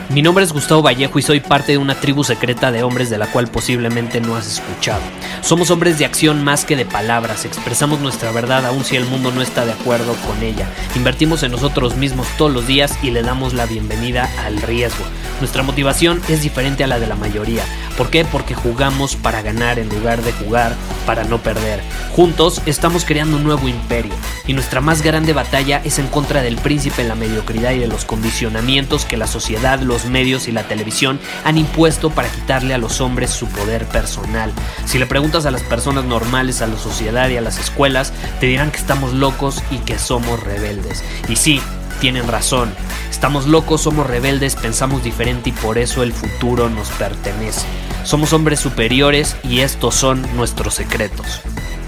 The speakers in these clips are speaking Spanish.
Mi nombre es Gustavo Vallejo y soy parte de una tribu secreta de hombres de la cual posiblemente no has escuchado. Somos hombres de acción más que de palabras, expresamos nuestra verdad aun si el mundo no está de acuerdo con ella. Invertimos en nosotros mismos todos los días y le damos la bienvenida al riesgo. Nuestra motivación es diferente a la de la mayoría. ¿Por qué? Porque jugamos para ganar en lugar de jugar para no perder. Juntos estamos creando un nuevo imperio y nuestra más grande batalla es en contra del príncipe, la mediocridad y de los condicionamientos que la sociedad, los medios y la televisión han impuesto para quitarle a los hombres su poder personal. Si le preguntas a las personas normales, a la sociedad y a las escuelas, te dirán que estamos locos y que somos rebeldes. Y sí, tienen razón. Estamos locos, somos rebeldes, pensamos diferente y por eso el futuro nos pertenece. Somos hombres superiores y estos son nuestros secretos.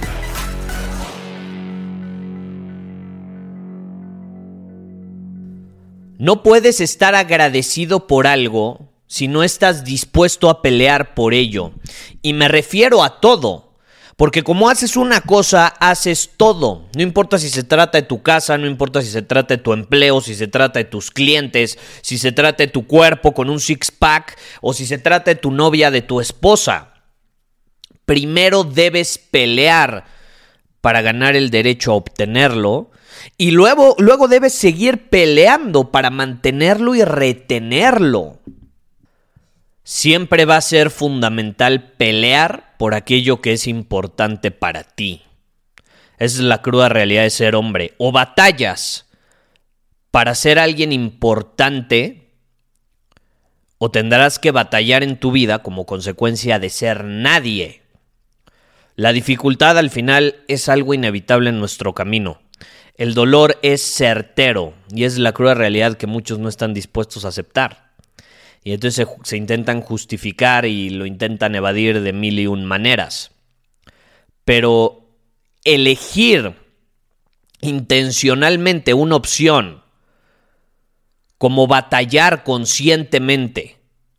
No puedes estar agradecido por algo si no estás dispuesto a pelear por ello. Y me refiero a todo. Porque como haces una cosa, haces todo. No importa si se trata de tu casa, no importa si se trata de tu empleo, si se trata de tus clientes, si se trata de tu cuerpo con un six-pack o si se trata de tu novia, de tu esposa. Primero debes pelear para ganar el derecho a obtenerlo y luego debes seguir peleando para mantenerlo y retenerlo. Siempre va a ser fundamental pelear por aquello que es importante para ti. Esa es la cruda realidad de ser hombre. O batallas para ser alguien importante, o tendrás que batallar en tu vida como consecuencia de ser nadie. La dificultad al final es algo inevitable en nuestro camino. El dolor es certero y es la cruda realidad que muchos no están dispuestos a aceptar. Y entonces se intentan justificar y lo intentan evadir de mil y un maneras. Pero elegir intencionalmente una opción como batallar conscientemente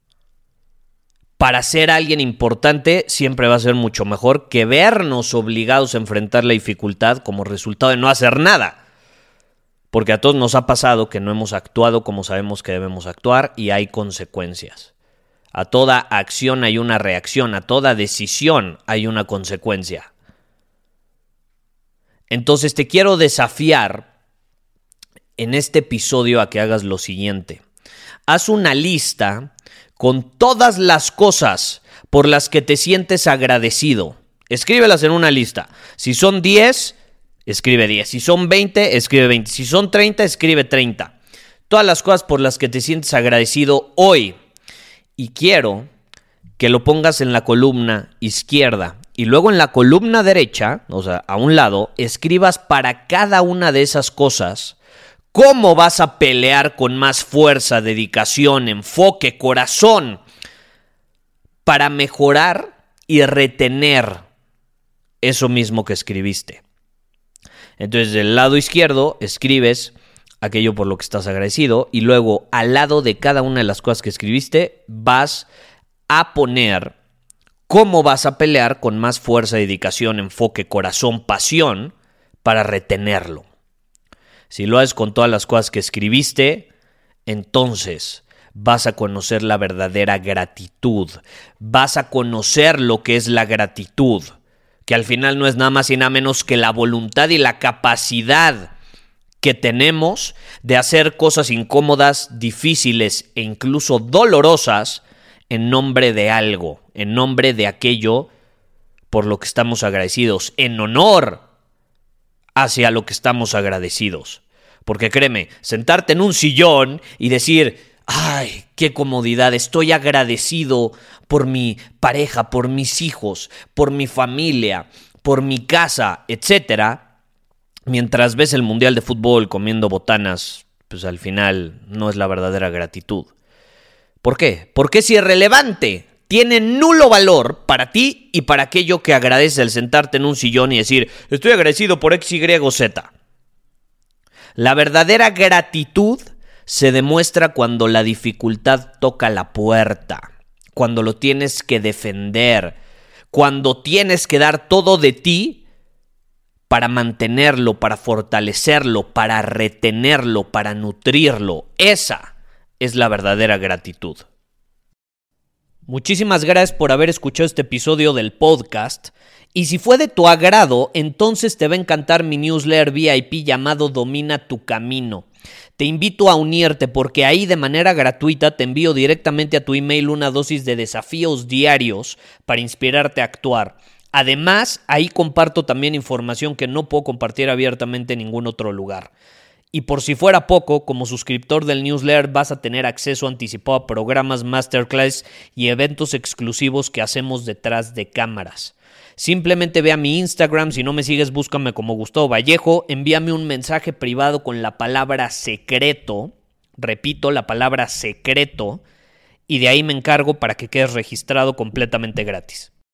para ser alguien importante siempre va a ser mucho mejor que vernos obligados a enfrentar la dificultad como resultado de no hacer nada. Porque a todos nos ha pasado que no hemos actuado como sabemos que debemos actuar y hay consecuencias. A toda acción hay una reacción, a toda decisión hay una consecuencia. Entonces te quiero desafiar en este episodio a que hagas lo siguiente. Haz una lista con todas las cosas por las que te sientes agradecido. Escríbelas en una lista. Si son 10... escribe 10. Si son 20, escribe 20. Si son 30, escribe 30. Todas las cosas por las que te sientes agradecido hoy. Y quiero que lo pongas en la columna izquierda. Y luego en la columna derecha, o sea, a un lado, escribas para cada una de esas cosas cómo vas a pelear con más fuerza, dedicación, enfoque, corazón, para mejorar y retener eso mismo que escribiste. Entonces, del lado izquierdo escribes aquello por lo que estás agradecido y luego al lado de cada una de las cosas que escribiste vas a poner cómo vas a pelear con más fuerza, dedicación, enfoque, corazón, pasión para retenerlo. Si lo haces con todas las cosas que escribiste, entonces vas a conocer la verdadera gratitud. Vas a conocer lo que es la gratitud, que al final no es nada más y nada menos que la voluntad y la capacidad que tenemos de hacer cosas incómodas, difíciles e incluso dolorosas en nombre de algo, en nombre de aquello por lo que estamos agradecidos, en honor hacia lo que estamos agradecidos. Porque créeme, sentarte en un sillón y decir: ¡ay, qué comodidad! Estoy agradecido por mi pareja, por mis hijos, por mi familia, por mi casa, etcétera. Mientras ves el Mundial de Fútbol comiendo botanas, pues al final no es la verdadera gratitud. ¿Por qué? Porque es irrelevante. Tiene nulo valor para ti y para aquello que agradeces al sentarte en un sillón y decir: estoy agradecido por X, Y o Z. La verdadera gratitud se demuestra cuando la dificultad toca la puerta, cuando lo tienes que defender, cuando tienes que dar todo de ti para mantenerlo, para fortalecerlo, para retenerlo, para nutrirlo. Esa es la verdadera gratitud. Muchísimas gracias por haber escuchado este episodio del podcast. Y si fue de tu agrado, entonces te va a encantar mi newsletter VIP llamado Domina tu Camino. Te invito a unirte porque ahí de manera gratuita te envío directamente a tu email una dosis de desafíos diarios para inspirarte a actuar. Además, ahí comparto también información que no puedo compartir abiertamente en ningún otro lugar. Y por si fuera poco, como suscriptor del newsletter vas a tener acceso anticipado a programas, masterclass y eventos exclusivos que hacemos detrás de cámaras. Simplemente ve a mi Instagram, si no me sigues búscame como Gustavo Vallejo, envíame un mensaje privado con la palabra secreto, repito, la palabra secreto, y de ahí me encargo para que quedes registrado completamente gratis.